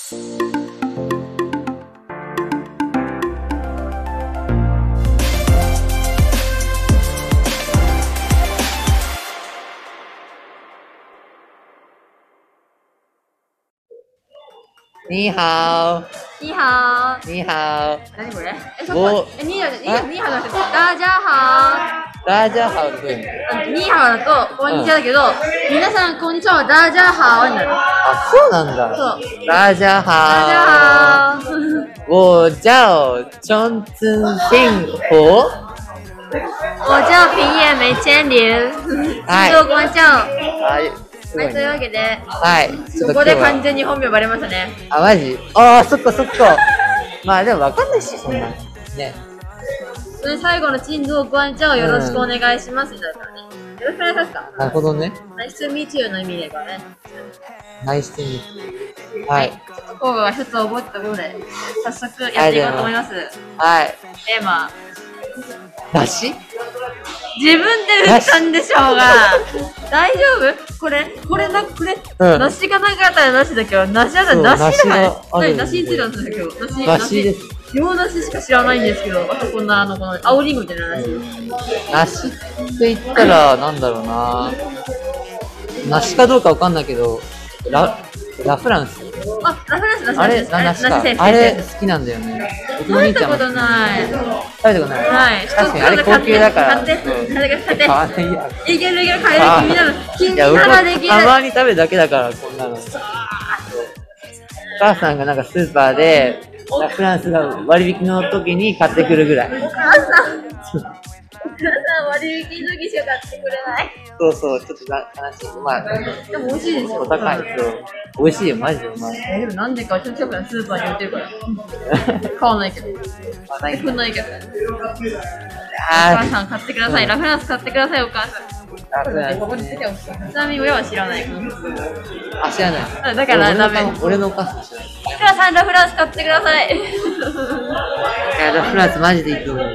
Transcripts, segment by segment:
你好， 你好， 你好， 何これ？そこニーハオだけど、大家好。 大家好ってどういう意味？ ニーハオだとこんにちはだけど、皆さんこんにちはは大家好になる。 あ、そうなんだ。 そう。 大家好。 大家好。 我叫张子幸福。 我叫平野梅千里。 はい。 自動关叫。 はい。 はい、というわけで、 はい。 ここで完全に本名バレましたね。 あ、マジ？ああ、そっかそっか。まあでもわかんないし、そんな。ね。 それ最後の珍道关叫よろしくお願いしますみたいなね。よろしくお願いしますか。 なるほどね。 Nice to meet you の意味でからね。 ナイスティー。はい。 候補が一つ覚えたところで、早速やっていこうと思います。 はい。 テーマ。 梨？ 自分で打ったんでしょうが。大丈夫？これ、梨がなかったら梨だけど、梨だったら梨じゃない？梨についたんですよ、今日。 梨です。 洋梨しか知らないんですけど、あとこんな、この青りんごみたいな梨。 梨って言ったら、なんだろうな。梨かどうかわかんないけど、ラフランス。 あ、ラフランス、梨。 あれ、梨か。あれ好きなんだよね。 食べたことない。 食べたことない。 はい。 確かにあれ高級だから。 買って。 買わないや。 いける、買える、君なの。君ならできる。 たまに食べるだけだから、こんなの。お母さんがなんかスーパーで、ラフランスが割引の時に買ってくるぐらい。 お母さん割引の時しか買ってくれない。 そうそう、ちょっと悲しい。まあ、 でも美味しいですよ。 お高い。そう。美味しいよ、マジでうまい。 でもなんでか、ちょっとスーパーに売ってるから。買わないけど。買ってくんないけど。お母さん買ってください。ラフランス買ってください、お母さん。ちなみに親は知らない。 あ、知らない。 だからダメ。 俺のお母さん知らない。 いくらさんラフランス買ってください。 いや、ラフランスマジでいいと思う。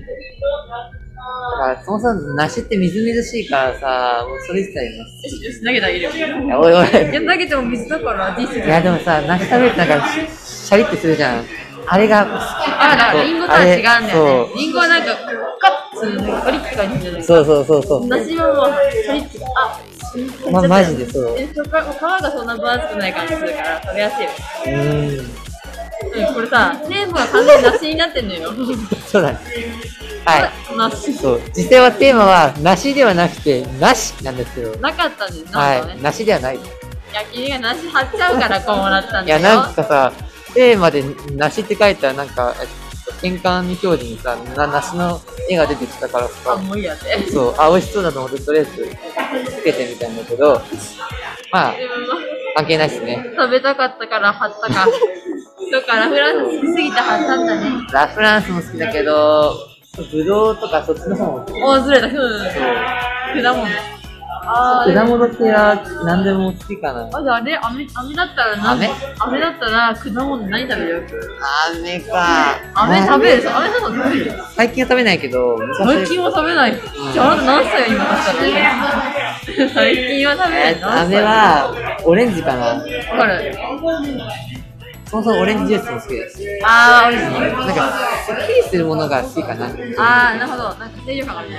だからそもそも梨ってみずみずしいからさ、もうそれ自体が。 投げてあげるよ。 いや、おいおい。 投げても水だからディス。 いや、でもさ、梨食べるとなんかシャリってするじゃん。あれが好き。 あ、だからリンゴとは違うんだよね。リンゴはなんかカッツガリって感じじゃない。 そう。 梨はもうシャリって、 マジでそう。 皮がそんな分厚くない感じするから食べやすいよ。これさ、テーマが完全に梨になってんのよ。 そうだね。はい。 梨。 そう。実際はテーマは梨ではなくて梨なんですよ。 なかったんです。 はい。梨ではない。 いや、君が梨貼っちゃうからこうもらったんだよ。 いや、なんかさ、テーマで梨って書いたらなんか、玄関表示にさ、梨の絵が出てきたからさ。 あ、もういいやって。 そう、美味しそうだと思ってとりあえずつけてみたんだけど、まあ、関係ないっすね。 食べたかったから貼ったか。だからラフランス好きすぎて貼ったんだね。 ラフランスも好きだけど、ぶどうとかそっちの方も好き。 お、ずれた。果物。 果物って何でも好きかな。 あ、じゃあ飴だったら何？飴だったら果物何食べる？ 飴か。 飴食べる？飴食べる？ 最近は食べないけど、 最近は食べない。じゃああなた何歳よ今だったら。最近は食べない。 飴はオレンジかな。わかる。 そもそもオレンジジュースも好きです。 ああ、美味しい。 なんか、すっきりするものが好きかな。 ああ、なるほど。なんか清涼感があるね。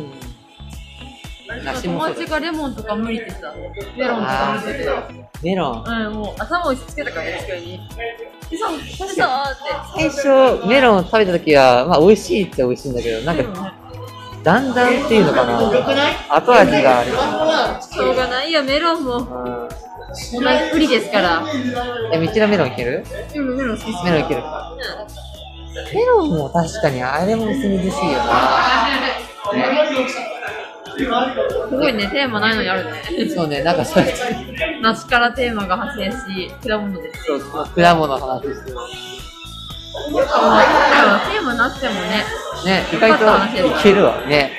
友達がレモンとか無理ってさ、メロンとか無理ってさ。 メロン。 うん、もう頭を押し付けたからね、机に。そうって。 最初、メロン食べた時は、まあ美味しいって美味しいんだけど、なんか、だんだんっていうのかな。後味がある。 しょうがないよ、メロンも。同じ売りですから。 道のメロンいける？ メロン好き。 メロンいけるか。メロンも確かにあれもみずみずしいよな。 すごいね、テーマないのにあるね。 そうね、なんかそういう梨からテーマが発生し、果物です。 そう、果物の話してる。 テーマなくてもね。 ね、意外といけるわね。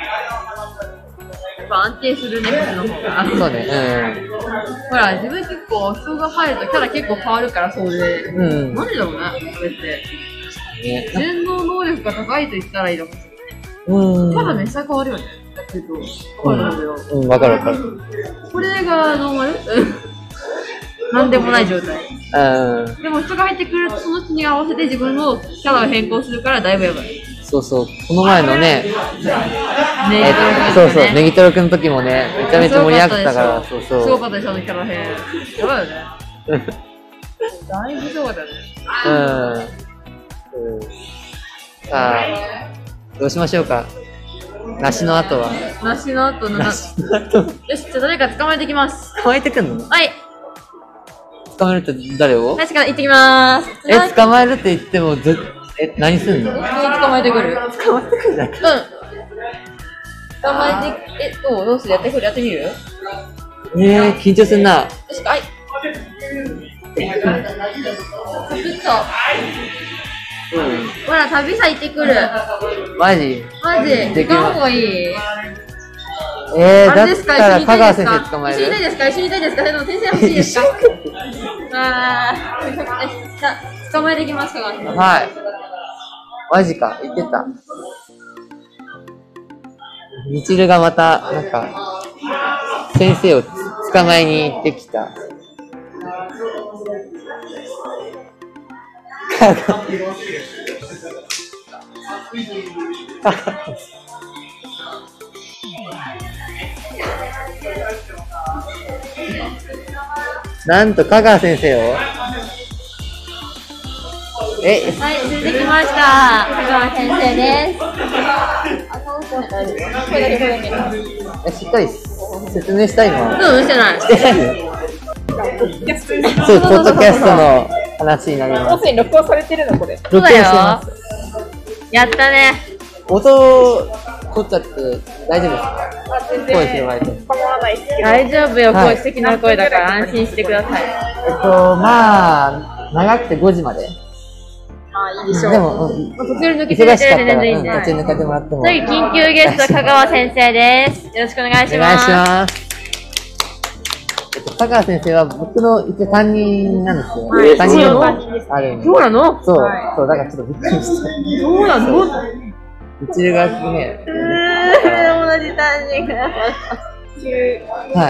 やっぱ安定するね、こっちの方が。 そうね、 ほら、自分結構人が入るとキャラ結構変わるから、そうで。なんでだろうね、それって。全能能力が高いと言ったらいいのかもしれない。キャラめっちゃ変わるよね。わかる。 わかる。 これがノーマル？ なんでもない状態。 うん。 でも人が入ってくるとその人に合わせて自分のキャラを変更するからだいぶやばい。 そうそう。この前のね、 ネギトロそうそう、ネギトロくんの時もね、めちゃめちゃ盛り上がったから、そうそう。 すごかったでしょ、あのキャラ変。やばいよね。だいぶすごかったよね。 さあ、どうしましょうか。梨の後は。 梨の後のよし、じゃあ誰か捕まえてきます。 捕まえてくんの？ はい。 捕まえるって誰を？ 確かに行ってきまーす。 捕まえるって言っても、何すんの？ 捕まえてくる。 捕まえてくるだけ。 捕まえて、どうする？やってくる？やってみる？ 緊張すんな。 よし、はい。ほら、旅さ行ってくる。 マジ？ マジ？時間方がいい？ だったら香川先生捕まえる？ 一緒にいたいですか？一緒にいたいですか？でも先生欲しいですか？捕まえてきますか？ はい。マジか、言ってた。みちるがまた、なんか、先生を捕まえに行ってきた。なんと香川先生をはい、出てきました。香川先生です。 しっかり説明したいの？ してない。 してないの？そう、ポッドキャストの話になります。 音声録音されてるのこれ。 そうだよ。やったね。 音取っちゃって大丈夫ですか？ 全声広がれて。 構わないですけど。 大丈夫よ、素敵な声だから安心してください。 まあ、長くて5時まで。 いいでしょう。 でも、 途中抜けて忙しかったら、 全然いいんで。 途中抜けてもらっても。 次、緊急ゲスト、香川先生です。よろしくお願いします。 お願いします。香川先生は僕の一応担任なんですよ。担任のある。 そうなの？ そう、だからちょっとびっくりした。 そうなの？ うちがね。 同じ担任が。 はい。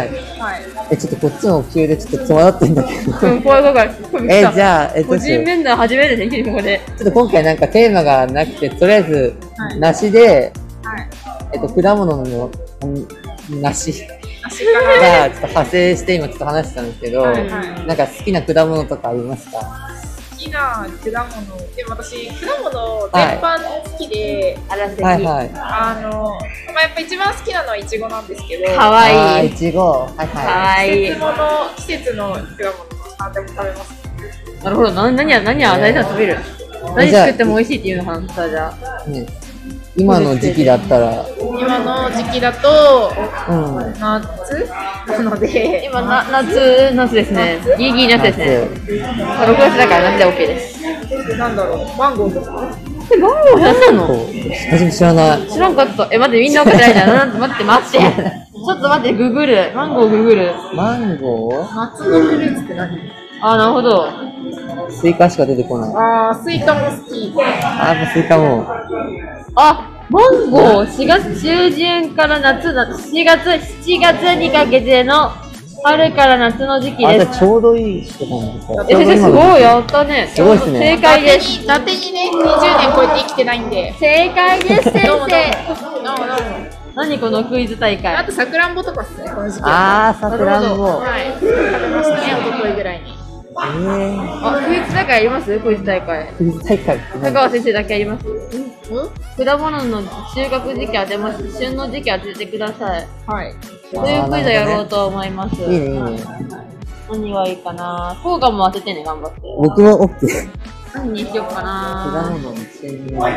ちょっとこっちも急でちょっと戸惑ってんだけど。 怖い。 じゃあ、 個人面談初めてできるここで。 ちょっと今回なんかテーマがなくて、とりあえず、梨で、果物の梨がちょっと派生して今ちょっと話してたんですけど、なんか好きな果物とかありますか？ 好きな果物、でも私果物全般好きで、やっぱ一番好きなのはイチゴなんですけど、 かわいい。 イチゴ、 季節の果物何でも食べます。 なるほど、何大体食べる。何作っても美味しいっていうの話さ、じゃあ。 今の時期だったら、 今の時期だと、夏なので、 今夏ですね。ギリ夏ですね。6月だから夏で OK です。 なんだろう、マンゴーとか。 マンゴー何なの？ 初め知らない。 知らんかった。待って、みんな分かってないじゃん。待って。ちょっと待って、ググる。マンゴーググる。 マンゴー？ 夏のフルーツって何？ なるほど。 スイカしか出てこない。スイカも好き。 やっぱスイカも。 マンゴー、4月中旬から夏だ、7月にかけての春から夏の時期です。 ちょうどいい人なんですか？ 先生すごい、やったね。 すごいですね。 正解です。 伊達にね、20年超えて生きてないんで。 正解です、先生。 どうも。 何このクイズ大会。 あとさくらんぼとかっすね、この時期。 さくらんぼ。 はい。食べましたね、おとといぐらいに。 クイズ大会あります？クイズ大会。 クイズ大会。 香川先生だけあります？果物の収穫時期当てます。旬の時期当ててください。 はい。 そういうクイズやろうと思います。 いいね。 何がいいかな。フォーガも当ててね、頑張って。 僕も OK。 何にしようかな。 果物の旬。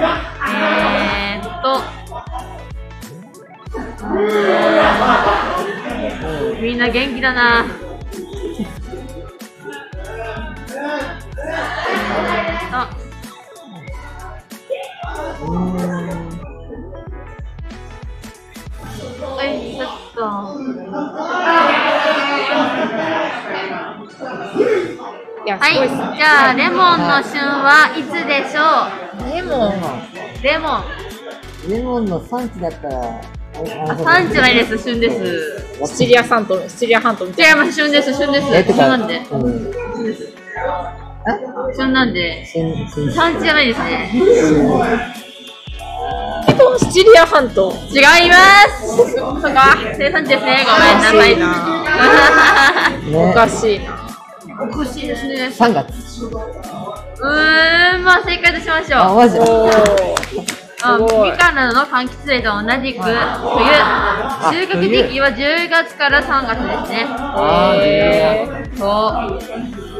みんな元気だな。ちょっと。はい、じゃあレモンの旬はいつでしょう？ レモンの産地だったら、あ産地じゃないです、旬です。 シチリア半島みたいな。 違います、旬です、旬です。旬なんで。旬なんで。産地じゃないですね。 シチリア半島。 違います。そっか、生産地ですね。ごめんなさいな。 おかしいな。 おかしいですね。 3月。 まあ正解としましょう。 あ、マジで。 みかんなどの柑橘類と同じく冬、収穫時期は10月から3月ですね。そう。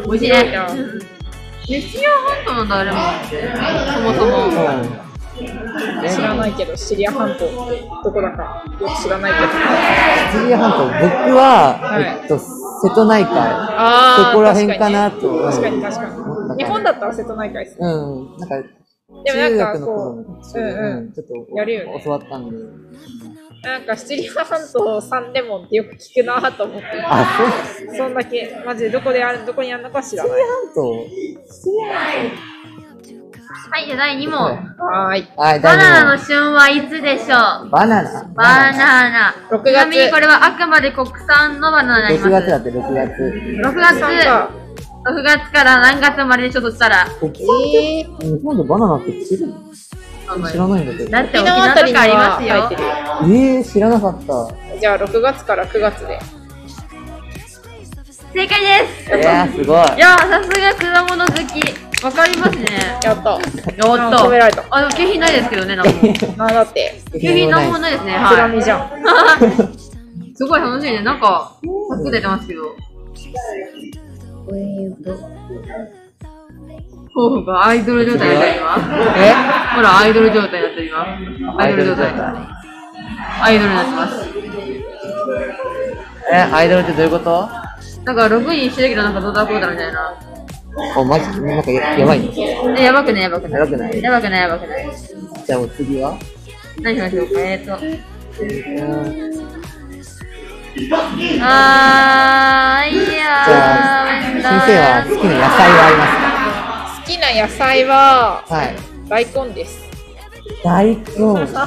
美味しいね。シチリア半島なんだ、あれも。そもそも。 知らないけど、シチリア半島どこだかよく知らないけど。 シチリア半島、僕は、瀬戸内海。そこら辺かなと。 確かに。日本だったら瀬戸内海です。 なんか、 でもなんかこう、ちょっとやるよね。 教わったんで。 なんかシチリア半島サンレモンってよく聞くなと思って。そんだけマジでどこにあるのか知らない。 シチリア半島。 はい、じゃあ第2問。 はい。 バナナの旬はいつでしょう？ バナナ。 6月。 ちなみにこれはあくまで国産のバナナになります。 6月だって、6月。 6月から何月まででちょっとしたら。 日本でバナナって知る？知らないんだけど。 だって沖縄とかありますよ。 知らなかった。 じゃあ6月から9月で。 正解です。 すごい。 いや、さすが果物好き。わかりますね。 やった。 褒められた。景品ないですけどね、なんか。 だって。 景品なんもないですね。 はい。つらみじゃん。 すごい楽しいね。なんか、パック出てますけど。候補がアイドル状態になって今。ほら、アイドル状態になって今。アイドル状態。アイドルになってます。 アイドルってどういうこと？ なんかログインしてるけどなんかどうだこうだみたいな。 マジでなんかやばいの？ やばくない。 やばくない。 じゃあもう次は？ 何しましょうか。 先生は好きな野菜はありますか？ 好きな野菜は、大根です。 大根が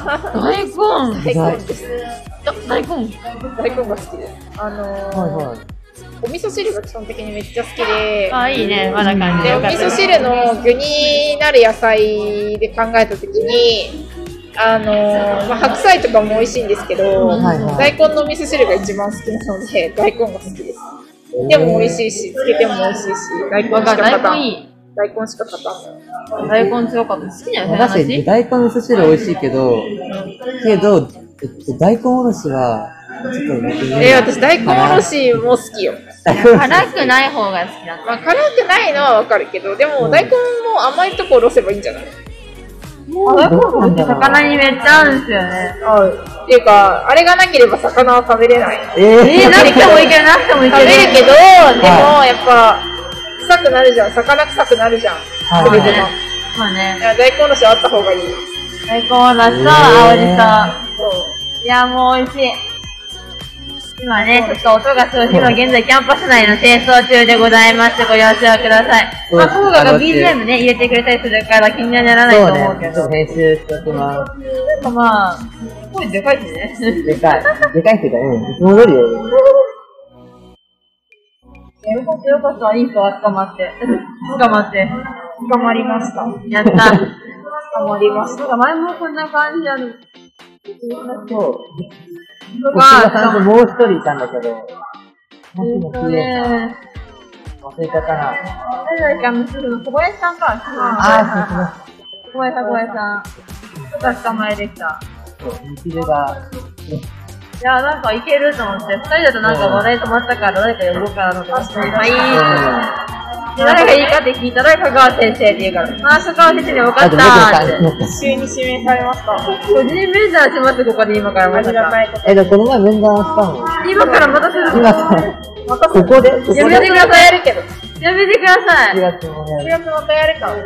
好きです。お味噌汁が基本的にめっちゃ好きで。 いいね、まだ感じで。お味噌汁の具になる野菜で考えたときに、白菜とかも美味しいんですけど、大根のお味噌汁が一番好きなので、大根が好きです。でも美味しいし、つけても美味しいし、大根しか勝たん。 大根強かった。好きな野菜の話？ 大根の味噌汁美味しいけど、大根おろしは、 私大根おろしも好きよ。 辛くない方が好きなの。 辛くないのはわかるけど、でも大根も甘いとこおろせばいいんじゃない？ 大根って魚にめっちゃ合うんですよね。 っていうか、あれがなければ魚は食べれない。 なくてもいいけど、なくてもいいけど。 食べるけど、でもやっぱ、臭くなるじゃん。魚臭くなるじゃん。それでも。 まあね。 大根おろしあった方がいい。 大根おろしと青じそ。いや、もう美味しい。今ね、ちょっと音がすごい。今現在キャンパス内の清掃中でございます。ご了承ください。コーガが BGM ね、入れてくれたりするから気にはならないと思うけど。 編集しておきます。 なんかまあ、声でかいしね。 でかいっていうか、いつも通りよ。 よかった、いい人は捕まって。捕まりました。やった。捕まりました。なんか前もこんな感じなの。 そう。僕がちゃんともう一人いたんだけど、忘れ方な。 誰だっけ、小林さんか。小林さん。が捕まえできた。 ミキルが。 いや、なんかいけると思って、二人だとなんか話題止まったから誰か呼ぼうかなと思って。はい。誰がいいかって聞いたら、香川先生って言うから。香川先生に分かったーって。 急に指名されました。 個人面談します、ここで今からまた。 この前面談したの？ 今からまたするの？ またここで？ やめてください。やめてください。 4月またやるから、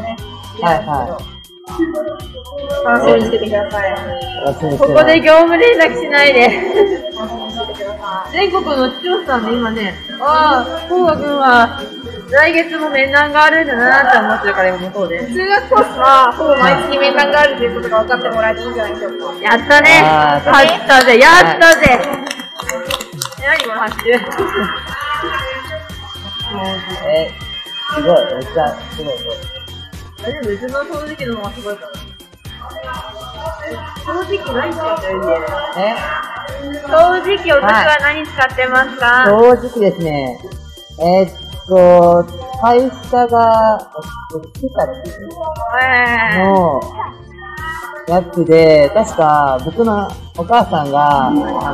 楽しみにしててください。 ここで業務連絡しないで。全国の視聴者さんで今ね、コウガ君は来月も面談があるんだなって思ってるから、向こうで。 通学コースは、ほぼ毎月面談があるということが分かってもらえていいんじゃないでしょうか。 やったね。勝ったぜ、やったぜ。何この走る。 すごい、めっちゃ、すごい。 でも別の掃除機の方がすごいから。掃除機何使ってるんだよ。掃除機、お宅は何使ってますか？ 掃除機ですね。会社が、ピカのやつで、確か僕のお母さんが、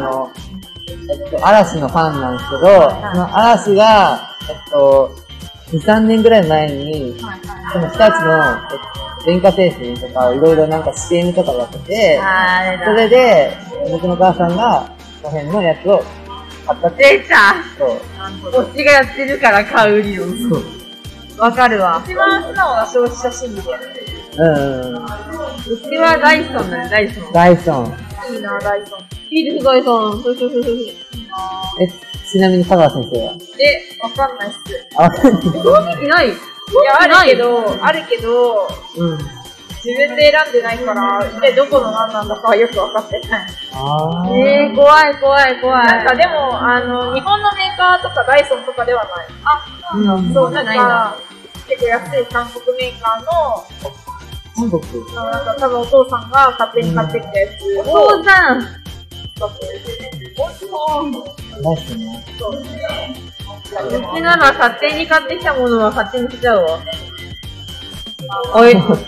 嵐のファンなんですけど、その嵐が、2、3年ぐらい前に、その日立の電化製品とかいろいろなんか CM とかやってて、それで僕のお母さんがその辺のやつを買ったって。 出た。そう。推しがやってるから買う理由。そう。わかるわ。 一番素直な消費者心理だよね。 うちはダイソンだね、ダイソン。 ダイソン。 いいな、ダイソン。 いいです、ダイソン。そうそうそうそう。 ちなみに香川先生は？ わかんないっす。 わかんない。 正直ない。 いや、あるけど、自分で選んでないから、一体どこの何なんだかはよく分かってない。 怖い怖い怖い。 なんかでも、日本のメーカーとかダイソンとかではない。そう、なんか、結構安い韓国メーカーの、 韓国？ なんか多分お父さんが勝手に買ってきたやつを。お父さん使ってる。 ダイソンね。 そうですね。 うちなら勝手に買ってきたものは勝手にしちゃうわ。おい。いろいろあるん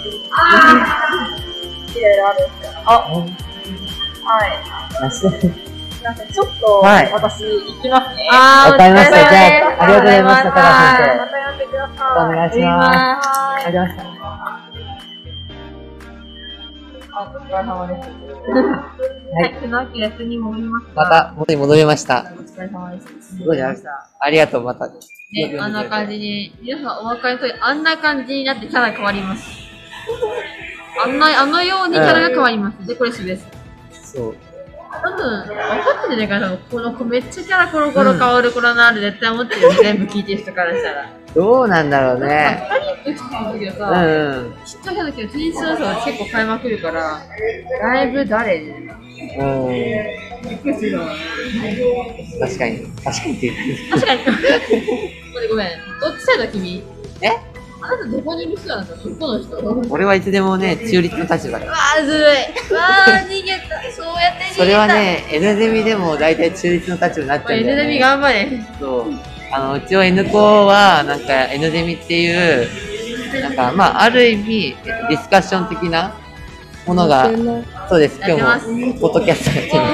ですよ。はい。なんかちょっと、私、行きますね。 わかりました。じゃあ、ありがとうございました、香川先生。 また呼んでください。 お願いします。ありがとうございました。 お疲れ様です。 はい、その秋休み戻りました。 また元に戻りました。 お疲れ様です。 すごいありがとう、また。 ね、あんな感じに、皆さんお分かりの通り、あんな感じになってキャラ変わります。あのようにキャラが変わります。で、これです。 そう。 多分、分かってるんじゃないかな。この子めっちゃキャラコロコロ変わる子だなって絶対思ってるよ。全部聞いてる人からしたら。 どうなんだろうね。 2人って言ってたけどさ、知った人だけど、テニスの人は結構変えまくるから、だいぶ誰びっくりするわ。 確かにって言う。 確かに。ごめん。どっちサイド君？あなたどこにいる人なんですか？どこの人？ 俺はいつでもね、中立の立場だから。 ずるい。逃げた。そうやって逃げた。 それはね、N ゼミでも大体中立の立場になっちゃうんだよね。 N ゼミ頑張れ。 そう。うちは N 校は、なんか N ゼミっていう、なんか、まあ、ある意味、ディスカッション的なものが、そうです、今日も、ポッドキャストやってます。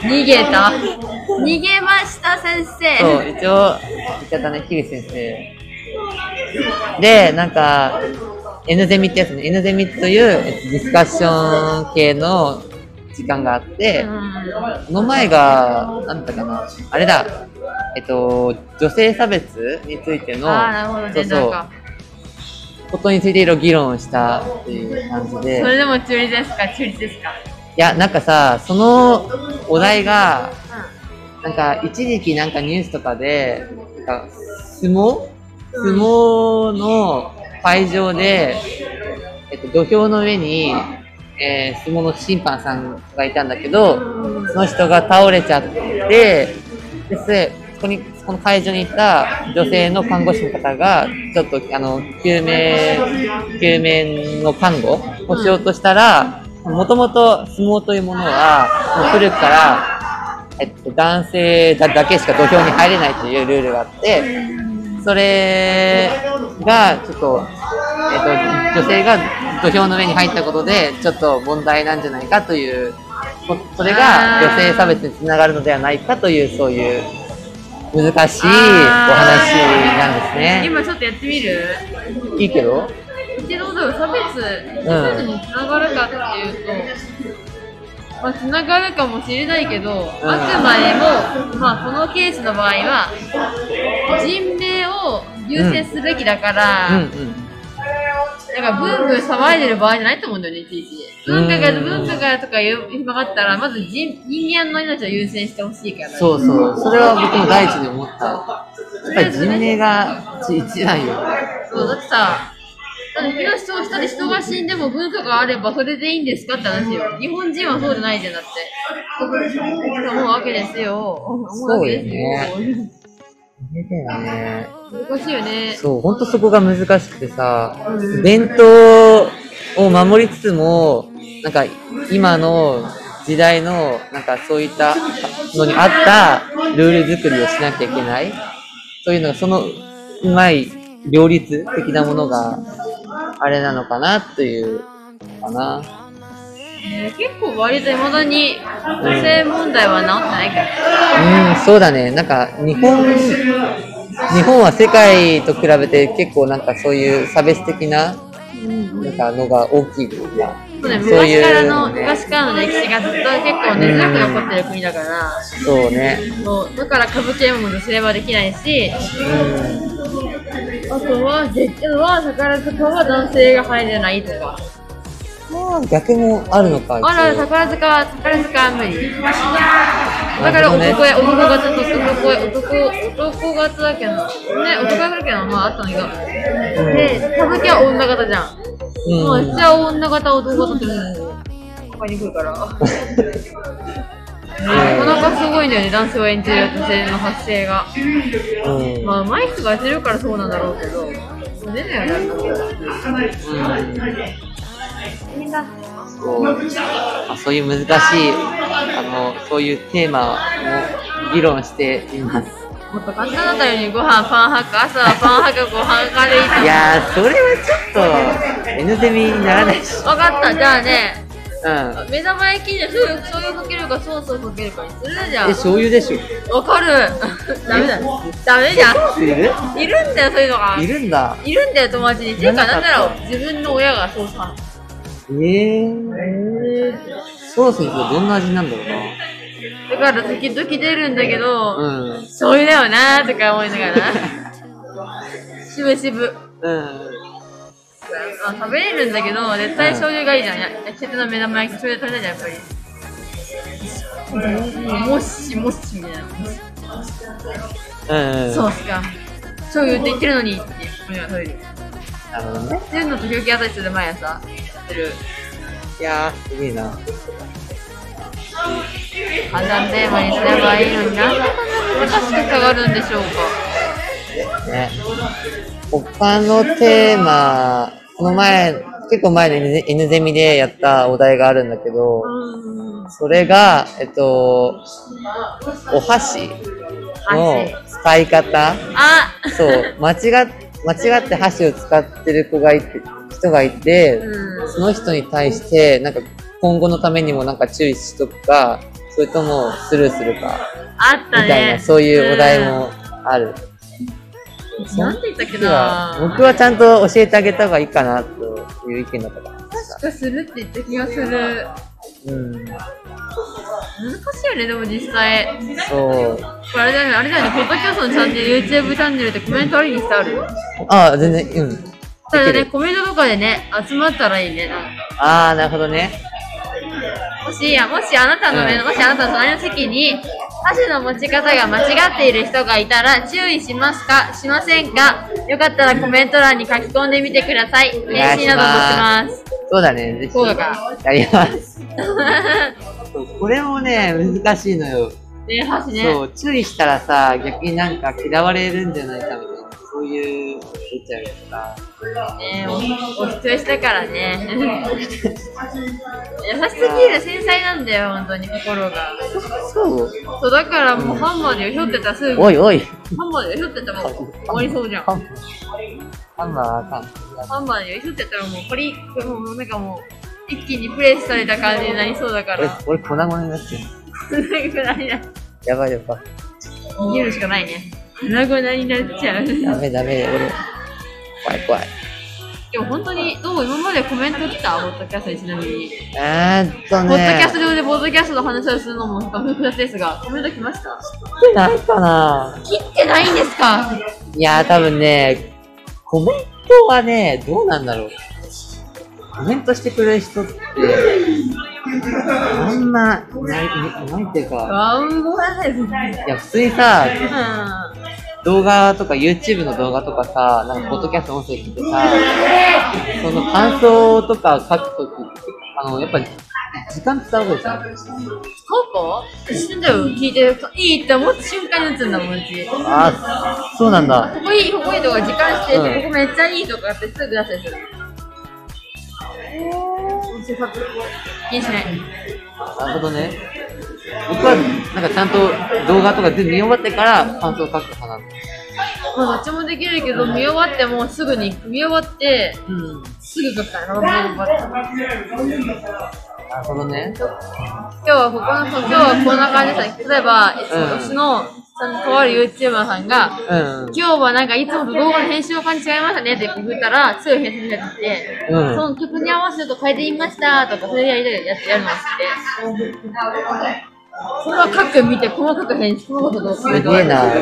逃げた。逃げました、先生。 そう、一応、言っちゃったね、樋口先生。で、なんか、N ゼミってやつね、N ゼミというディスカッション系の時間があって、その前が、なんだったかな、あれだ、女性差別についての、ことについていろいろ議論したっていう感じで。 それでも中立ですか？中立ですか？ いや、なんかさ、そのお題が、なんか一時期なんかニュースとかで、なんか相撲の会場で、土俵の上に、相撲の審判さんがいたんだけど、その人が倒れちゃって、そこの会場にいた女性の看護師の方が、ちょっと救命の看護をしようとしたら、もともと相撲というものは、もう古くから、男性だけしか土俵に入れないというルールがあって、それがちょっと、女性が土俵の上に入ったことで、ちょっと問題なんじゃないかという、それが女性差別につながるのではないかという、そういう難しいお話なんですね。 今ちょっとやってみる？ いいけど？ 一度差別につながるかっていうと、つながるかもしれないけど、あくまでも、このケースの場合は、人命を優先すべきだから、なんかブンブン騒いでる場合じゃないと思うんだよね、いちいち。文化がとかいう暇があったら、まず人間の命を優先してほしいから。 そうそう。それは僕も第一に思った。 っぱり人命が一番よ。 そう、だってさ、一人が死んでも文化があればそれでいいんですかって話よ。日本人はそうじゃないじゃんだって。思うわけですよ。 そうよね。 難しいよね。 そう、ほんとそこが難しくてさ、伝統を守りつつも、なんか今の時代のなんかそういったのに合ったルール作りをしなきゃいけない。そういうのがそのうまい両立的なものがあれなのかなというかな。 結構割と未だに女性問題は治ってないから。 そうだね。なんか日本は世界と比べて結構なんかそういう差別的ななんかのが大きいというか。 そうね、昔からの歴史がずっと結構根強く残ってる国だから。 そうね。 そうだから歌舞伎も女性はできないし、あとは宝塚は男性が入れないとか。 逆もあるのか。 宝塚は無理。だから男型だけど、男型だけど、まああったのが。で、歌舞伎は女型じゃん。もう、じゃあ女型、男型って分かりにくいから。なかなかすごいんだよね、男性を演じる女性の発声が。まあ、上手い人がやってるからそうなんだろうけど、出ないよね。 そういう難しいそういうテーマを議論しています。 もっと簡単だったようにご飯パン派か朝はパン派かご飯かでいいと思う。 いやーそれはちょっと N ゼミにならないし。 分かった、じゃあね、目玉焼きに醤油かけるかソースをかけるかにするじゃん。 醤油でしょ。 分かる。ダメじゃん。いるんだよそういうのが。いるんだよ友達に。ていうかなんだろう、自分の親がソース派。 ソースにどんな味なんだろうな。 だから時々出るんだけど、醤油だよなーとか思いながら渋々食べれるんだけど、絶対醤油がいいじゃん。焼きたての目玉焼き醤油食べたいじゃん、やっぱり。もしみたいな。ソースか醤油って言ってるのにって思いながら食べる。 なるほどね。 っていうの時々やったりする毎朝やってる。 いやーすげえな。 判断テーマにすればいいのになんでこんな難しく変わるんでしょうか。 ね、他のテーマ、結構前の N ゼミでやったお題があるんだけど、それがお箸の使い方。そう、間違って箸を使ってる人がいて、その人に対してなんか今後のためにもなんか注意しとくか、それともスルーするかみたいな、そういうお題もある。 なんて言ったっけな。 僕はちゃんと教えてあげた方がいいかなという意見だったから。 確かするって言った気がする。難しいよね、でも実際。 そう。 これあれだよね、ポッドキャストのチャンネル、YouTube チャンネルでコメントありにしてある？ 全然、 ただね、コメントとかでね、集まったらいいね。 なるほどね。 もしあなたの隣の席に箸の持ち方が間違っている人がいたら注意しますかしませんか。よかったらコメント欄に書き込んでみてください。返信などもします。 そうだね、ぜひそうだからやります。これもね難しいのよ。 箸ね。 そう、注意したらさ逆になんか嫌われるんじゃないかみたいな、そういう出ちゃうやつか。 お人よしだからね。優しすぎる、繊細なんだよ本当に心が。そうだからもうハンマーでよひょってたらすぐ。 おいハンマーでよひょってたらもう終わりそうじゃん。 ハンマーあかん。 ハンマーでよひょってたらもうなんかもう一気にプレスされた感じになりそうだから。 俺粉々になってる。やばい。 逃げるしかないね。粉々になっちゃう。 ダメ、俺。怖い。 でも本当に、今までコメント来た？ポッドキャストにちなみに。 ポッドキャスト上でポッドキャストの話をするのも複雑ですが、コメント来ました？ 来てないかな？ 来てないんですか？ いや多分ね、コメントはね、どうなんだろう。コメントしてくれる人って、あんま、ないっていうか。 ごめんなさい。 いや、普通にさ、 動画とか YouTube の動画とかさ、なんかポッドキャスト音声聞いてさ、その感想とか書くとき、やっぱり時間使うわけじゃん。 死んだよ、聞いてるといいって思った瞬間に打つんだもん、うち。 あ、そうなんだ。 ここいいとか時間指定して、ここめっちゃいいとかってすぐ出したりする。気にしない。 なるほどね。僕はなんかちゃんと動画とか全部見終わってから感想を書く派なんだ。 まあどっちもできるけど、見終わってもすぐに見終わって、すぐ書くからな。 なるほどね。 今日はこんな感じでさ、例えば、私のとある YouTuber さんが、今日はなんかいつもと動画の編集の感じ違いましたねって言ったら、すぐ編集されてて、その曲に合わせると変えてみましたとか、それやるのをして、細かく見て、細かく編集、細かくどうすげえな。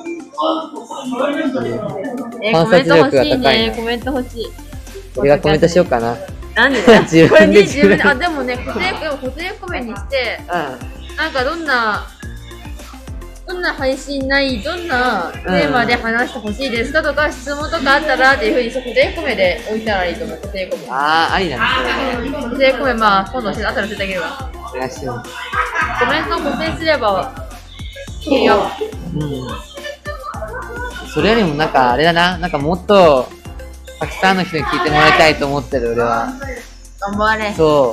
コメント欲しいね、コメント欲しい。 俺がコメントしようかな。 なんでだよ。これね、自分で、でもね、固定コメにして、なんかどんな配信内、どんなテーマで話してほしいですかとか、質問とかあったらっていうふうに固定コメで置いたらいいと思う、固定コメ。 ありだね。 固定コメ、まあ、今度後で教えてあげるわ。 お願いします。 コメントを固定すればいいよ。 それよりもなんかあれだな、なんかもっとたくさんの人に聞いてもらいたいと思ってる俺は。 頑張れ。 そう。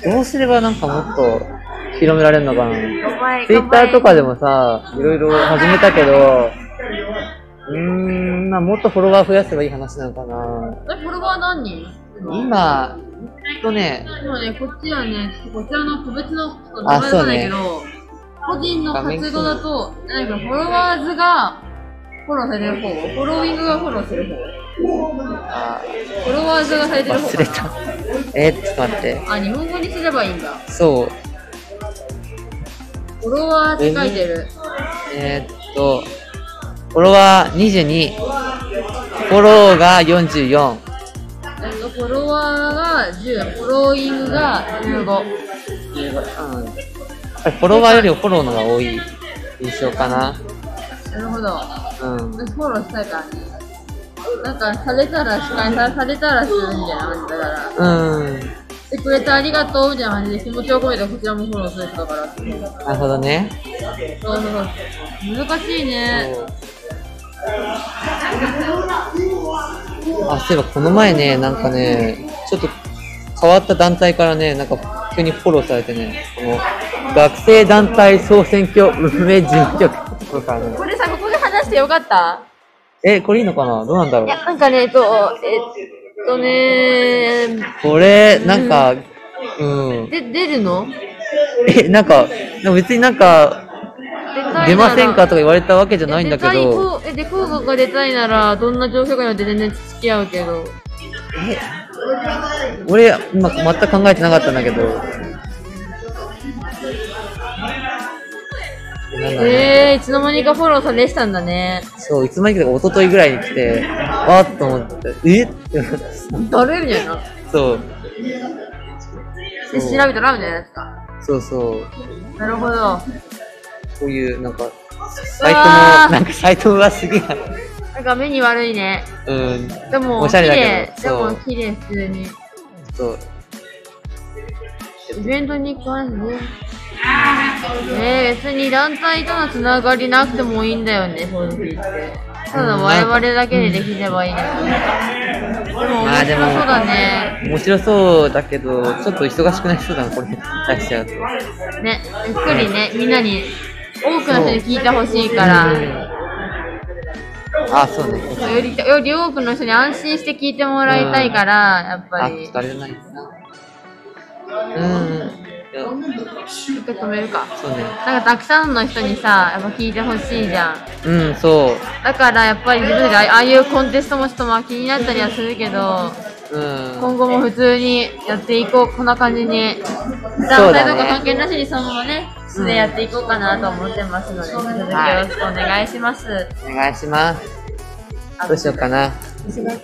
どうすればなんかもっと広められるのかな。Twitter とかでもさ、いろいろ始めたけど、まあもっとフォロワー増やせばいい話なのかな。 フォロワー何人？ 今ね、 こっちはね、こちらの個別の名前なんだけど、個人の活動だと、なんかフォロワーズがフォローされてる方、フォローイングがフォローする方。フォロワーズがされてる方。 忘れた。ちょっと待って。 日本語にすればいいんだ。 そう。 フォロワーって書いてる。 フォロワー22、フォローが44。 フォロワーが10、フォローイングが15。 フォロワーよりフォローのが多い印象かな。 なるほど。フォローしたいからね。なんかされたらするんじゃないだから。してくれてありがとうみたいな感じで気持ちを込めてこちらもフォローする人だから。 なるほどね。 そう。難しいね。 そういえばこの前ね、なんかね、ちょっと変わった団体からね、なんか急にフォローされてね、この学生団体総選挙運営事務局とかね。 これさ、ここで話してよかった？ これいいのかな？どうなんだろう。 いや、なんかね、 これ、なんか、 出るの？ なんか、別になんか、出ませんかとか言われたわけじゃないんだけど。 で、効果が出たいなら、どんな状況かによって全然付き合うけど。 俺、今、全く考えてなかったんだけど。 いつの間にかフォローされてたんだね。 そう、いつの間にか一昨日ぐらいに来て、っと思って、 誰みたいな。 そう。 で、調べたらみたいなやつか。 そう。 なるほど。 こういう、なんか、サイトがすげえ。 なんか目に悪いね。でも、 おしゃれだけど。 でも、綺麗、普通に。 そう。 イベントに関して。別に団体とのつながりなくてもいいんだよね、正直言って。ただ我々だけでできればいいですよね。でも面白そうだね。 面白そうだけど、ちょっと忙しくなりそうだな、これ出しちゃうと。 ね、ゆっくりね、みんなに、多くの人に聞いてほしいから。 そうね。 より多くの人に安心して聞いてもらいたいから、やっぱり。 ちょっとあれじゃないですな。 受け止めるか。 そうね。 なんかたくさんの人にさ、やっぱ聞いてほしいじゃん。 そう。 だからやっぱり自分でああいうコンテストもちょっと気になったりはするけど、今後も普通にやっていこう、こんな感じに。団体とか関係なしにそのままね、素でやっていこうかなと思ってますので、引き続きよろしくお願いします。 お願いします。どうしようかな。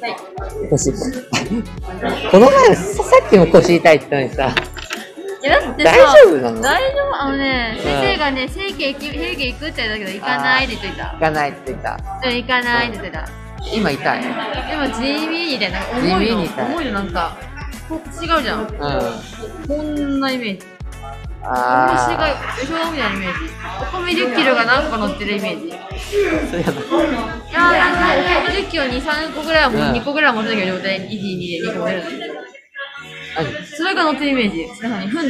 腰。この前、さっきも腰痛いって言ったのにさ。 ってさ、 大丈夫なの？ 大丈夫。先生がね、平家行くって言ったけど、行かないって言ってた。 行かないって言った。 行かないって言ってた。 今痛い。 今地味に痛い。重いのなんか、違うじゃん。こんなイメージ。腰が後ろみたいなイメージ。お米10キロが何個乗ってるイメージ。 そうやな。 いや、お米10キロ2、3個ぐらいはもう2個ぐらい持ってるけど、状態1、2で2個持てる。それが乗ってるイメージ。ふん。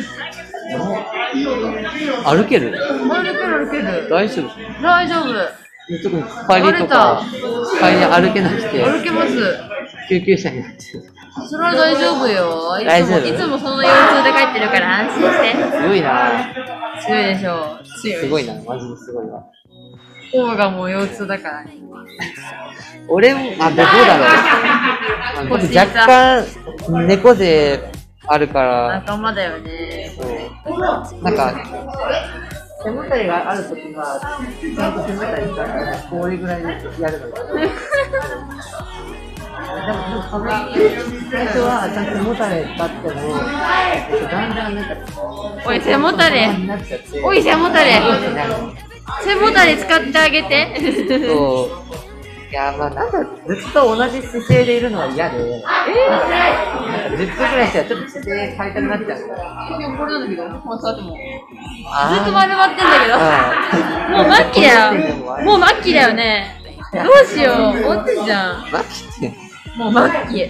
歩ける？ 歩ける。 大丈夫？ 大丈夫。 特に帰りとか、歩けなくて。 歩けます。 救急車になってる。 それは大丈夫よ。いつもその腰痛で帰ってるから安心して。 すごいな。 強いでしょ。 すごいな。マジですごいわ。 方がもう腰痛だからね。 俺も、どうだろう。若干、猫背あるから。 仲間だよね。 なんか、背もたれがあるときは、ちゃんと背もたれしたら、これぐらいでやるのが。でも、最初はちゃんと背もたれ使っても、だんだんなんか、 おい、背もたれ。おい、背もたれ。背もたれ使ってあげて。 そう。いや、なんかずっと同じ姿勢でいるのは嫌で、なんか10分くらいしたらちょっと姿勢変えたくなっちゃう。 これなんだけど、こう座っても。ずっと丸まってんだけど。もう末期だよ。もう末期だよね。どうしよう。落ちじゃん。 末期って。 もう末期。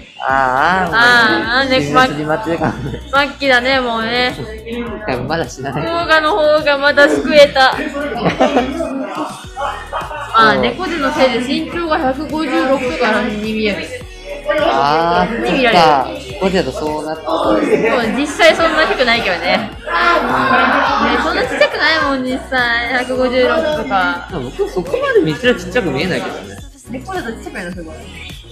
末期だね、もうね。 まだ死なない。 動画の方がまだ救えた。猫背のせいで身長が156とかに見える。 に見られる。猫背だとそうなってる。 実際そんな低くないけどね。そんなちっちゃくないもん、実際。156とか。 僕そこまでめっちゃちっちゃく見えないけどね。 猫背だとちっちゃくないのすごい。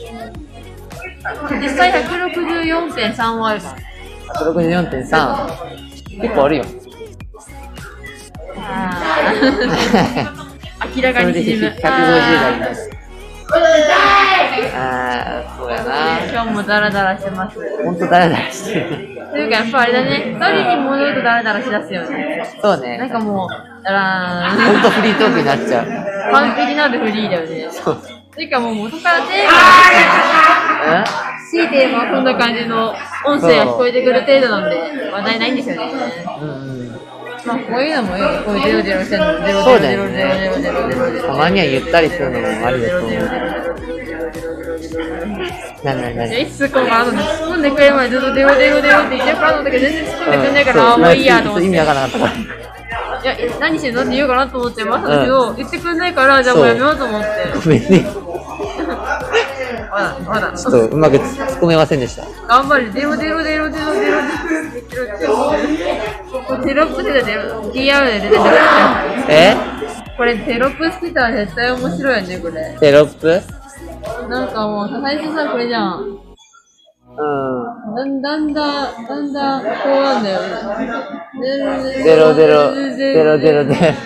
実際 164.3 はあるから。 164.3。結構あるよ。 明らかに縮む。 150代です。そうやな。 今日もダラダラしてます。 ほんとダラダラしてる。 というかやっぱあれだね。一人に戻るとダラダラしだすよね。 そうね。 なんかもう、ダラーン。 ほんとフリートークになっちゃう。 完璧なるフリーだよね。 そう。 というかもう元からテーマ強いて言えばこんな感じの音声が聞こえてくる程度なんで話題ないんですよね。まあこういうのもいいよ。こういう00してんの。 そうだよね。たまにはゆったりするのもありだと思う。 いつ突っ込むかなと思って突っ込んでくれる前ずっと00って言ってるからなんだけど全然突っ込んでくんないからもういいやと思って。 意味わからなかったから。 いや、何してんのって言うかなと思ってましたけど、言ってくんないからじゃあもうやめようと思って。 ごめんね。 まだ。 ちょっとうまく突っ込めませんでした。 頑張る。0って言ってる。テロップしてたよ。DR で出てる。これテロップしてたら絶対面白いよね、これ。 テロップ？ なんかもう、最初さ、これじゃん。だんだんこうなんだよね。000。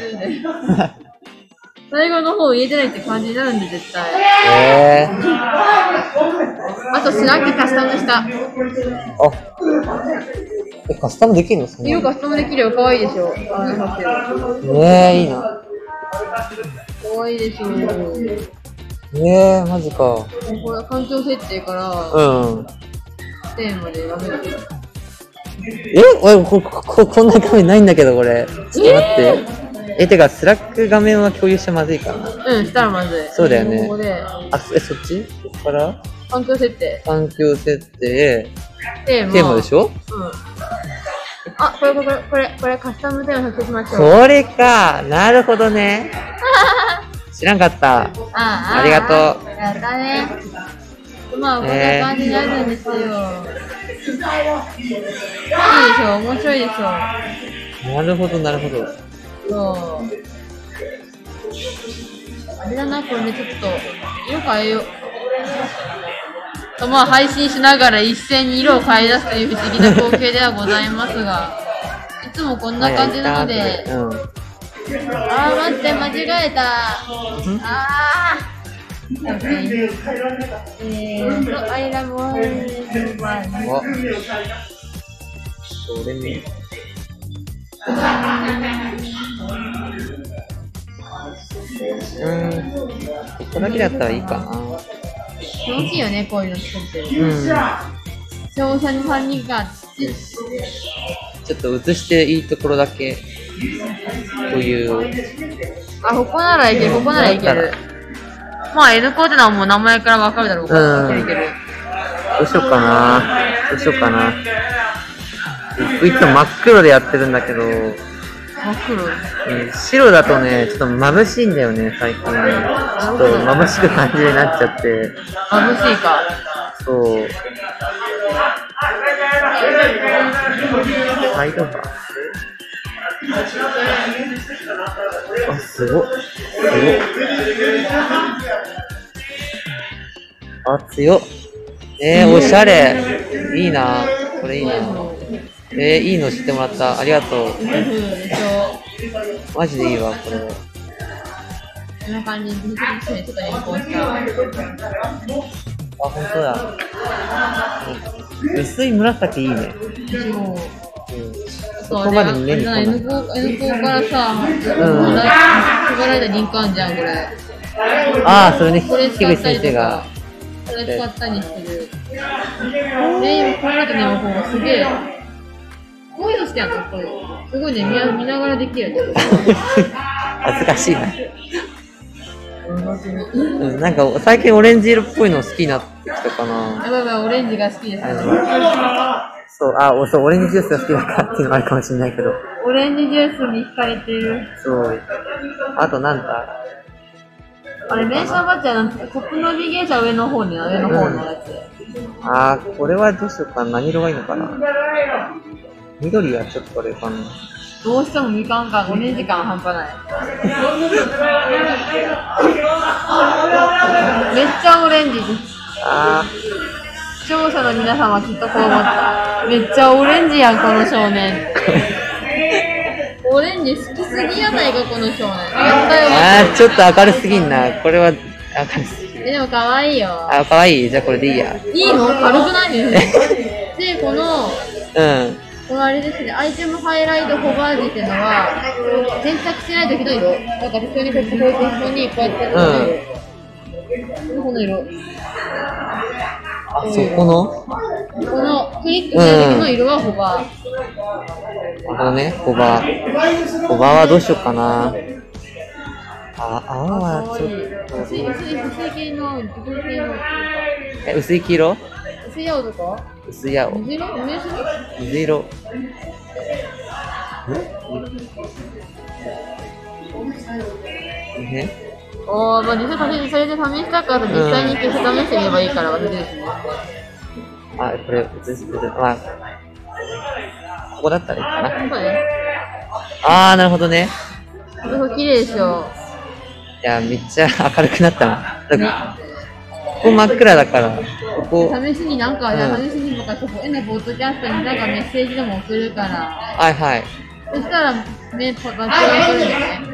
最後の方言えてないって感じになるんで、絶対。あと、スラックカスタムした。 カスタムできるの？ 色カスタムできるよ、かわいいでしょ。いいな。 かわいいでしょ。 マジか。 これは環境設定から、テーマで分けるけど。 俺こんな画面ないんだけど、これ。ちょっと待って。てか、スラック画面は共有しちゃまずいかな。 したらまずい。 そうだよね。 ここでそっち？ここから環境設定。 テーマでしょ？ これカスタムテーマ作しましょう。 これか。なるほどね。知らんかった。ありがとう。 やったね。まあ、こんな感じになるんですよ。いいでしょ、面白いでしょ。 なるほど。 そう。あれだな、これね、ちょっと、色変えよう。まあ、配信しながら一斉に色を変え出すという不思議な光景ではございますが、いつもこんな感じなので、待って、間違えた。I love one. ここだけだったらいいかな。 楽しいよね、こういうの作ってる。商社の3人がちょっと映していいところだけという。 あ、ここならいける、ここならいける。まあ N コーってのはもう名前からわかるだろうから、いける。 どうしようかな。どうしようかな。いつも真っ黒でやってるんだけど。 真っ黒。 白だとね、ちょっと眩しいんだよね、最近。ちょっと眩しく感じになっちゃって。 眩しいか。 そう。サイドバー。あ、すごっ。あ、強っ。おしゃれ。いいな。これいいな。いいの知ってもらった。ありがとう。マジでいいわ、これ。 こんな感じで、ちょっと変更した。あ、 本当だ。薄い紫いいね。そこまで目に来ない。 N コからさ、配られたリンクあんじゃん、これ。 ああ、それね、 これ樋口先生が。 これ使ったりしてる。今こういうのね、もうすげえ。こういうの好きなんだ、こういうの。すごいね、見ながらできるね。 恥ずかしいな。なんか最近オレンジ色っぽいの好きになってきたかな。 やばい、オレンジが好きですね。 そう、そう、オレンジジュースが好きだからっていうのもあるかもしれないけど。 オレンジジュースに惹かれてる。 そう。あとなんだあれ、メンションバッチャーなんて、コップナビゲーション上の方のやつ。 これはどうしようかな。何色がいいのかな。緑はちょっとあれかな。 どうしてもみかん感、オレンジ感半端ない。めっちゃオレンジです。視聴者の皆さんはきっとこう思った。めっちゃオレンジやん、この少年。オレンジ好きすぎやないか、この少年。 ちょっと明るすぎんな。これは明るすぎ。 でも可愛いよ。 可愛い。じゃあこれでいいや。 いいの？軽くないね。で、このあれですね、アイテムハイライトホバージっていうのは、選択しないとひどい色。だから普通にこうやってこうやってやってこの色。 そこのクリックした時の色はホバー。 このね、ホバーはどうしようかな。青はちょっと。 薄い系の、 薄い黄色？ 薄い青とか？ 薄い青。水色。 まあ実際それで試したから実際に消して試してみればいいから忘れてるしね。 これまあここだったらいいかな。 そうね。 なるほどね。 綺麗でしょ。 いや、めっちゃ明るくなったな。ここ真っ暗だから、ここ。 試しに試しにとか、そこへのポッドキャストになんかメッセージでも送るから。 はいはい。 そしたら、バッチリ送るんだね。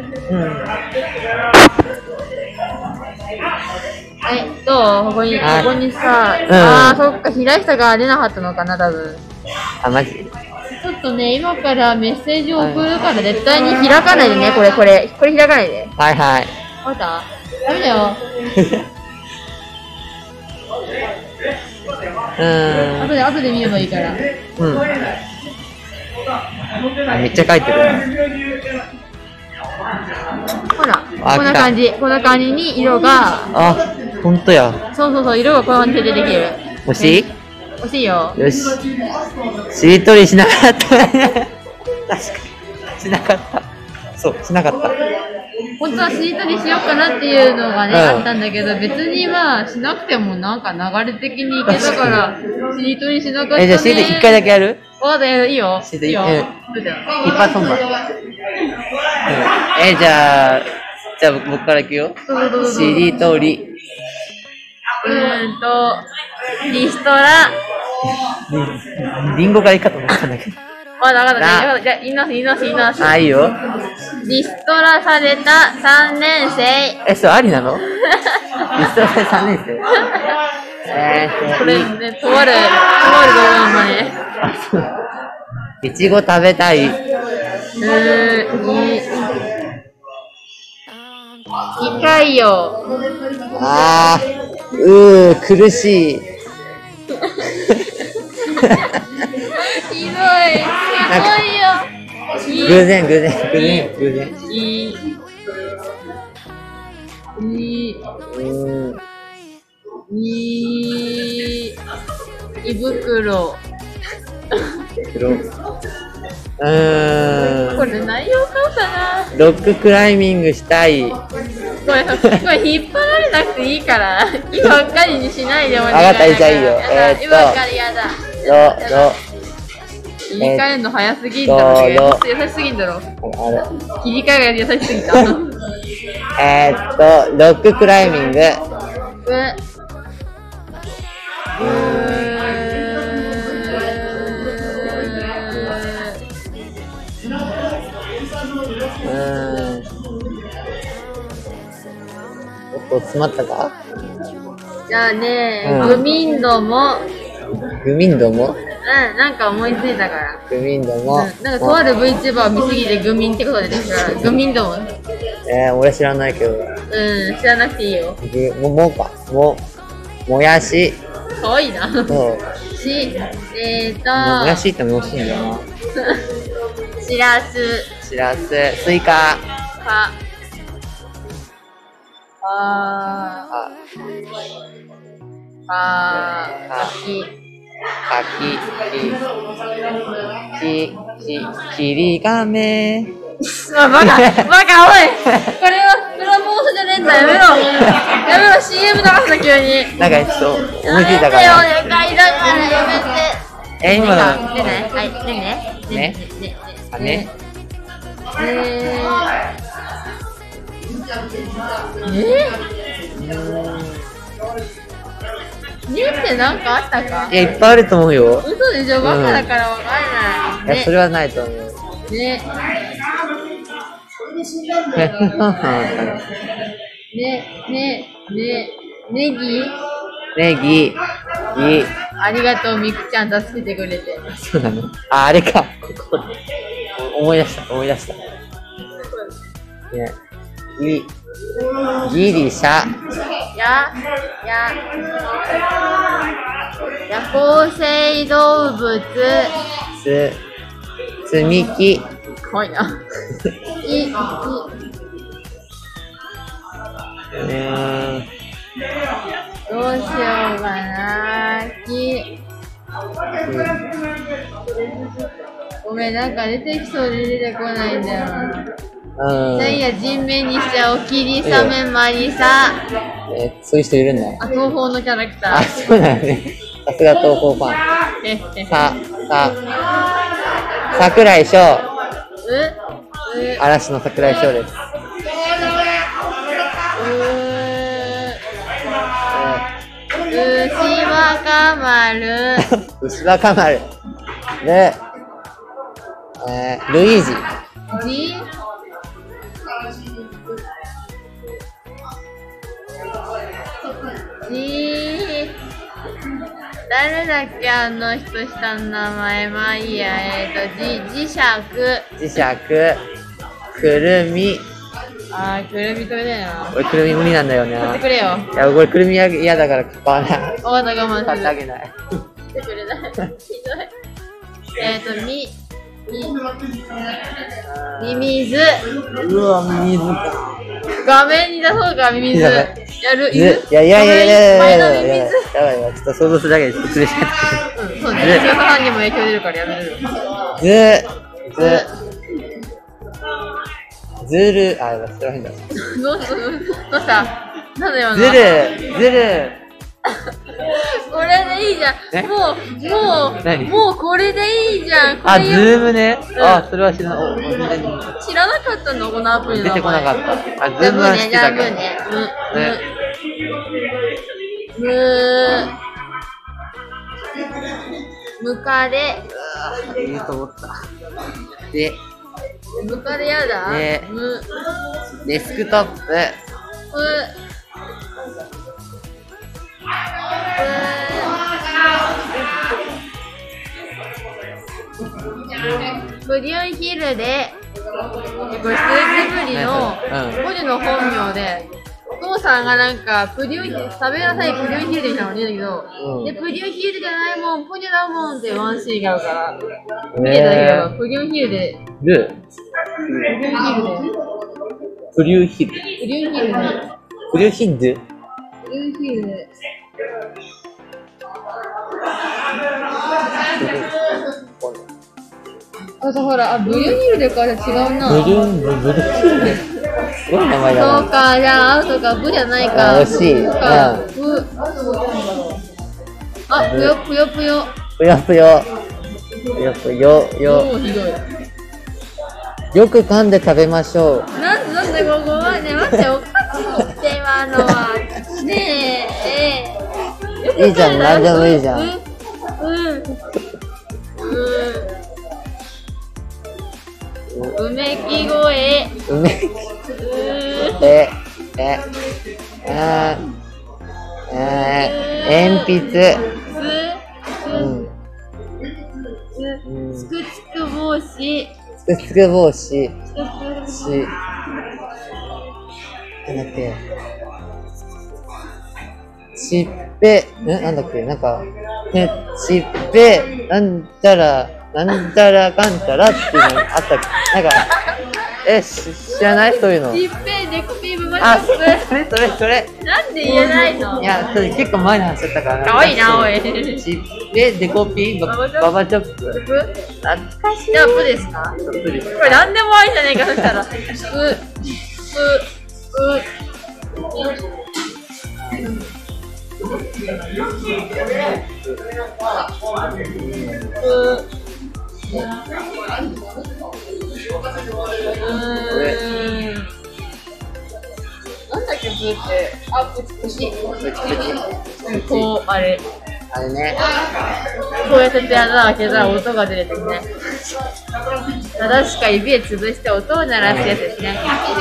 ここにさ、そっか、開いたが出なかったのかな、多分。 マジ？ ちょっとね、今からメッセージを送るから絶対に開かないでね、これ開かないで。 はいはい。 わかった？ダメだよ。後で見ればいいから。 めっちゃ書いてる。 ほら、こんな感じに色が。 ほんとや。 そう、色がこの感じでできる。 欲しい？ 欲しいよ。 よし。しりとりしなかったね。確かに。しなかった。そう、しなかった。 本当はしりとりしようかなっていうのがね、あったんだけど、別にまあ、しなくてもなんか流れ的にいけたから、しりとりしなかったね。 じゃあしりとり1回だけやる？ わかった、いいよ。 しりとり。一発本番。じゃあ僕からいくよ。しりとり。 リストラ。 リンゴがいいかと思ったんだけど。 わかった。じゃあ、言い直す。 いいよ。 リストラされた3年生。 それありなの？リストラされた3年生。 これね、とある動画のね。 いちご食べたい。 じ痛いよ。 あ苦しい。 ひどい。すごいよ。 偶然。 胃袋。これ内容買おうかな。 ロッククライミングしたい。 これ引っ張られなくていいから、今ばっかりにしないでお願い。 分かった、じゃあいいよ。 今ばっかりやだ。言い換えるの早すぎんだろ。優しすぎんだろ。切り替えが優しすぎた。 ロッククライミング。詰まったか？ じゃあね、グミンドも。なんか思いついたから。 グミンドも。 なんかとある VTuber を見すぎてグミンってことで出てきたから、グミンドも。 俺知らないけど。 知らなくていいよ。 もやし。 かわいいな。もやしっても美味しいんだよな。 しらす。 スイカ。きりがめ。 バカおい。これはプロモーションじゃねえんだ。やめろ CM 流すな急に。 なんかちょっと思いついたから。 お願いだからやめて。 今の。 ってなんかあったか？ いっぱいあると思うよ。 嘘でしょ？バカだからわかんない。 それはないと思う。ネギ。 ありがとう、みくちゃん助けてくれて。 そうなの？あれか。思い出した。ギリシャ。 夜行性動物。 積み木。 怖いな。どうしようかな。ごめん、なんか出てきそうで出てこないんだよな。じゃあいいや、人名にしちゃおう。霧雨マリサ。 そういう人いるんだ。 東宝のキャラクター。 そうだよね。さすが東宝ファン。桜井翔。嵐の桜井翔です。 牛若丸。 牛若丸。ルイージ。誰だっけ、あの人下の名前。まあいいや。磁石。 くるみ。 くるみ食べたいな。 俺くるみ無理なんだよね。 買ってくれよ。 いや、俺くるみ嫌だから買わない。 わかった、我慢する。 買ってあげない。 買ってくれない。ひどい。ミミズ。 うわ、ミミズか。 画面に出そうか、ミミズ。やる？ いや。 前のミミズ。 やばいわ、ちょっと想像するだけでちょっと苦しい。 そうね、仕事班にも影響出るからやめるよ。 ずる、それは変だ。 どうしたなんだよな。 ずる。 これでいいじゃん。もうこれでいいじゃん。 ズームね。それは知らない。 知らなかったのこのアプリの名前。 出てこなかった。ズームは知ってたけど。 ムカデ。 いいと思った。 ムカデやだ。 デスクトップ。 ブリュンヒルで。 結構ステージブリの文字の本名で、お父さんがなんかプリュー食べなさいプリューヒールみたいなの言うんだけど、でプリューヒールじゃないもんプニュだもんってワンシーンがあるから見てたけど、プリューヒールでプリューヒールでプリューヒルプリューヒールでプリューヒルプリューヒールであとほら、ブリューヒールでか違うな。 ブリューヒルすごい名前だな。 そうか、じゃあ、アウトか、ブじゃないか。 惜しい。 あ、ぷよぷよぷよ。 ぷよぷよ。ぷよぷよ。 もうひどい。 よく噛んで食べましょう。 なんでここはね、待って、おかしいって今のは。ねえ。いいじゃん、なんでもいいじゃん。 うめき声。 うめき。鉛筆。 つくつく帽子。 つくつく帽子。なんだっけ。しっぺ、なんだっけ、なんか、しっぺ、なんちゃらかんちゃらっていうのあったっけ。なんか、知らないそういうの。 しっぺ、デコピーブバチョップ。 それ。 なんで言えないの？ いや、結構前の話だったから。 かわいいな、おい。 しっぺ、デコピー、ババチョップ。懐かしい。 じゃあ、プですか？これなんでもありじゃねえか、そしたら。なんだっけ、ブって。あ、プチプチ。こう、あれね。こうやってやったら開けたら音が出るとね。正しか指で潰して音を鳴らすやつですね。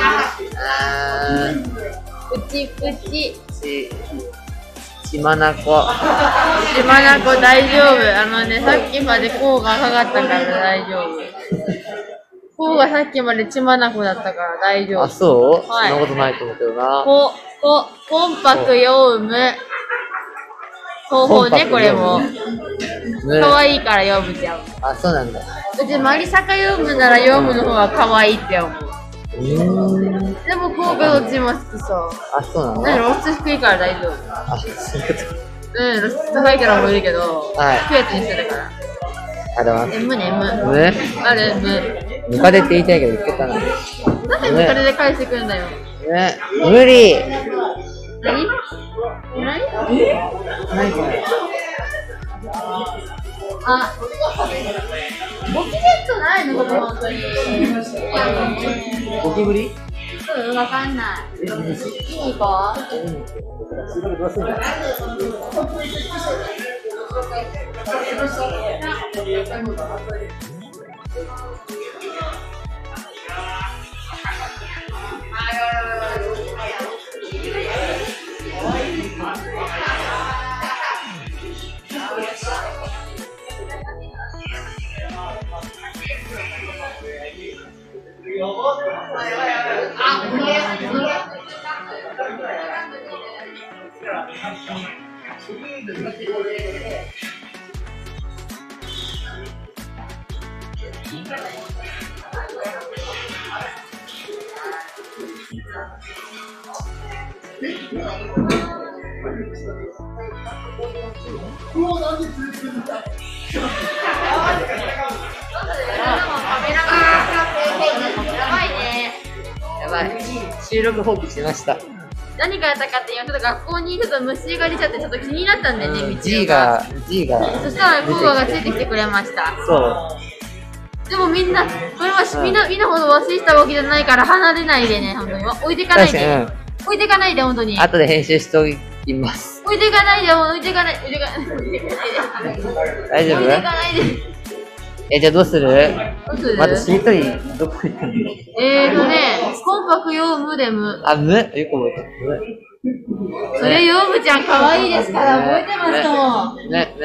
プチプチ。 血まなこ。 血まなこ大丈夫。さっきまでこうがかかったから大丈夫。こうがさっきまで血まなこだったから大丈夫。 あ、そう？ はい。 そんなことないと思うけどな。 コンパクヨウム。方法ね、これも。かわいいからヨウムちゃん。 あ、そうなんだ。 うちマリサカヨウムならヨウムの方がかわいいって思う。でも神戸どっちも好きそう。 あ、そうなんだ。 露出低いから大丈夫。 あ、そういうこと。 露出高いキャラもいるけど、 はい。 低いやつにしてたから。 あれは M ね、M。あれ、M。 ムカデって言いたいけど言ってたな。 なんでムカデで返してくるんだよ。 ね、無理。 何何これ。 あ、ゴキジェットないのここ本当に。 ゴキブリ？ わかんない。見に行こう。 どうすんの？やばい。収録放棄しました。 何がやったかって今ちょっと学校にちょっと虫が出ちゃってちょっと気になったんでね、 G が。 そしたらコーガがついてきてくれました。 そう。 でもみんな、これはみんなほど忘れしたわけじゃないから離れないでね、本当に。置いていかないで。置いていかないで、本当に。 後で編集しておきます。 置いていかないで、置いていかないで。 大丈夫？ 置いていかないで。 じゃあどうする？まだしりとりどこ行ったの？ コンパクヨウムでむ。 あ、む？よく覚えた。それヨウムちゃん可愛いですから覚えてますとも。 ね。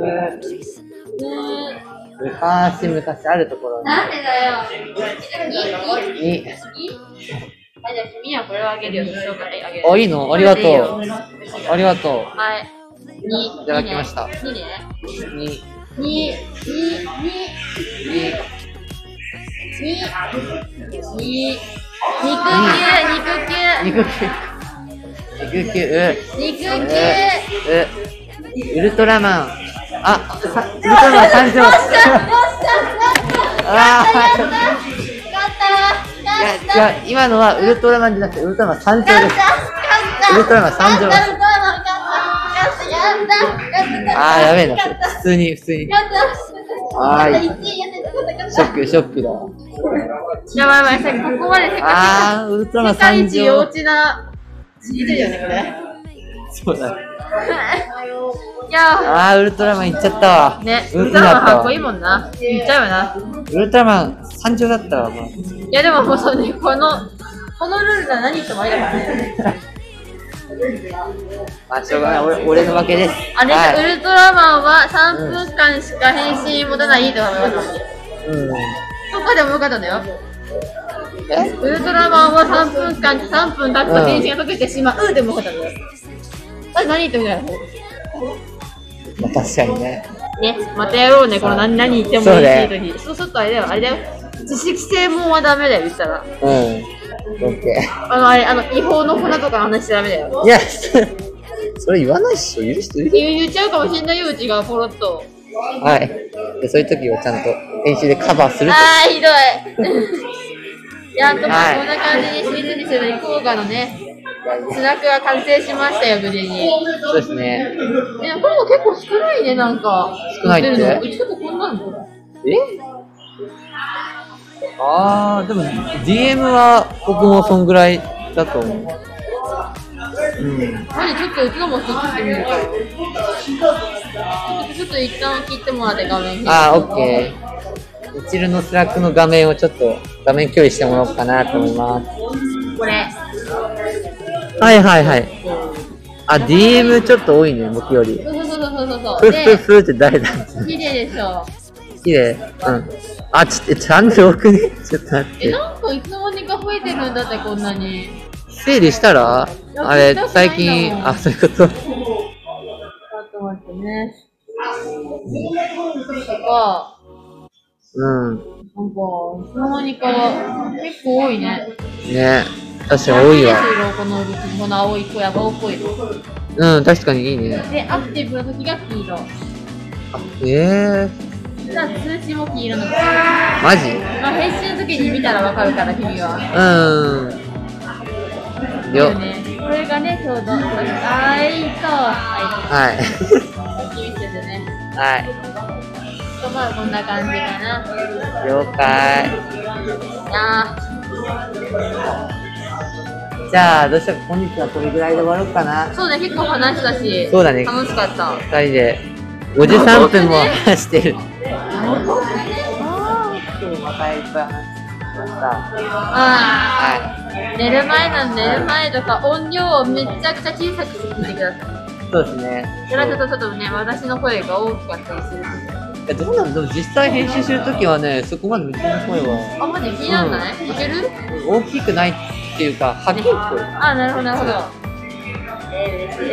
昔あるところに。 なんでだよ。 に。 じゃあ君はこれをあげるよ。紹介あげる。 あ、いいの？ありがとう。ありがとう。 はい。 いただきました。 2ね。 2。ウルトラマン。あ、ウルトラマン誕生。いや、今のはウルトラマンじゃなくてウルトラマン参上です。ウルトラマン参上です。あー、やべえな。普通に。あー、ショックだ。 やばい、ここまで世ウルトラマン参上。 幼稚な。いるよね、これ。 そうだ。 いやウルトラマン行っちゃったわ。 ね、ウルトラマンかっこいいもんな。行っちゃうよな。 ウルトラマン参上だったわ。 いや、でももうそうね、このルールなら何言ってもありだからね。 まあ、しょうがない。俺の負けです。 あれ、ウルトラマンは3分間しか変身持たないと思います。そこでもよかったんだよ。ウルトラマンは3分間、3分経つと変身が解けてしまうでもよかったんだよ。何言ってもいいんだよ。 確かにね。 ね、またやろうね、この何言ってもいい時。そうするとあれだよ。知識専門はダメだよ、言ったら。 オッケー。違法の粉とかの話しちゃダメだよ。 いや、それ言わないっしょ、許してる？ 言っちゃうかもしれないよ、うちがポロッと。 はい。そういう時はちゃんと編集でカバーする。 ひどい。やっとこんな感じにシーズンにする福岡のね、スナックが完成しましたよ、無事に。 そうですね。 これも結構少ないね、なんか。 少ないって？ うちとここんなんだよ。 でも DM は僕もそんぐらいだと思う。 マジちょっとうちのも切ってみるから。ちょっと一旦切ってもらって画面。 オッケー。うちのスラックの画面をちょっと画面共有してもらおうかなと思います。 これ。 はい。DM ちょっと多いね、僕より。 そう。 ふって誰だ？ 綺麗でしょ。 綺麗。チャンネル多くね？ちょっと待って。 なんかいつの間にか増えてるんだって、こんなに。 整理したらあれ、最近、そういうこと。ちょっと待ってね。なんか、いつの間にか結構多いね。 ね、確かに多いわ。 この青い子や青っぽいの。 確かにいいね。 で、アクティブの時が黄色。通知も黄色の。 マジ？ 編集の時に見たらわかるから、君は。これがね、ちょうど。はい。見せてね。 はい。 こんな感じかな。 了解。じゃあ、どうしようか、本日はこれぐらいで終わろうかな。 そうね、結構話したし。 そうだね。 楽しかった。 2人で53分も話してる。今日またいっぱい話しました。 寝る前とか音量をめちゃくちゃ小さくして聞いてください。 そうですね。 それはちょっとね、私の声が大きかったりする。 どうなの？でも実際編集するときはね、そこまでうちの声は。 マジ気にならない？いける？ 大きくないっていうか、はっきり聞こえる。 なるほど。嬉しい。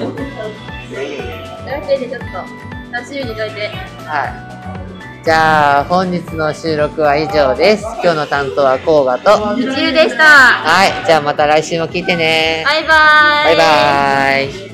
ちょっと、楽しみにしといて。じゃあ、本日の収録は以上です。今日の担当はコウガとみちるでした。 じゃあまた来週も聞いてね。 バイバーイ。 バイバーイ。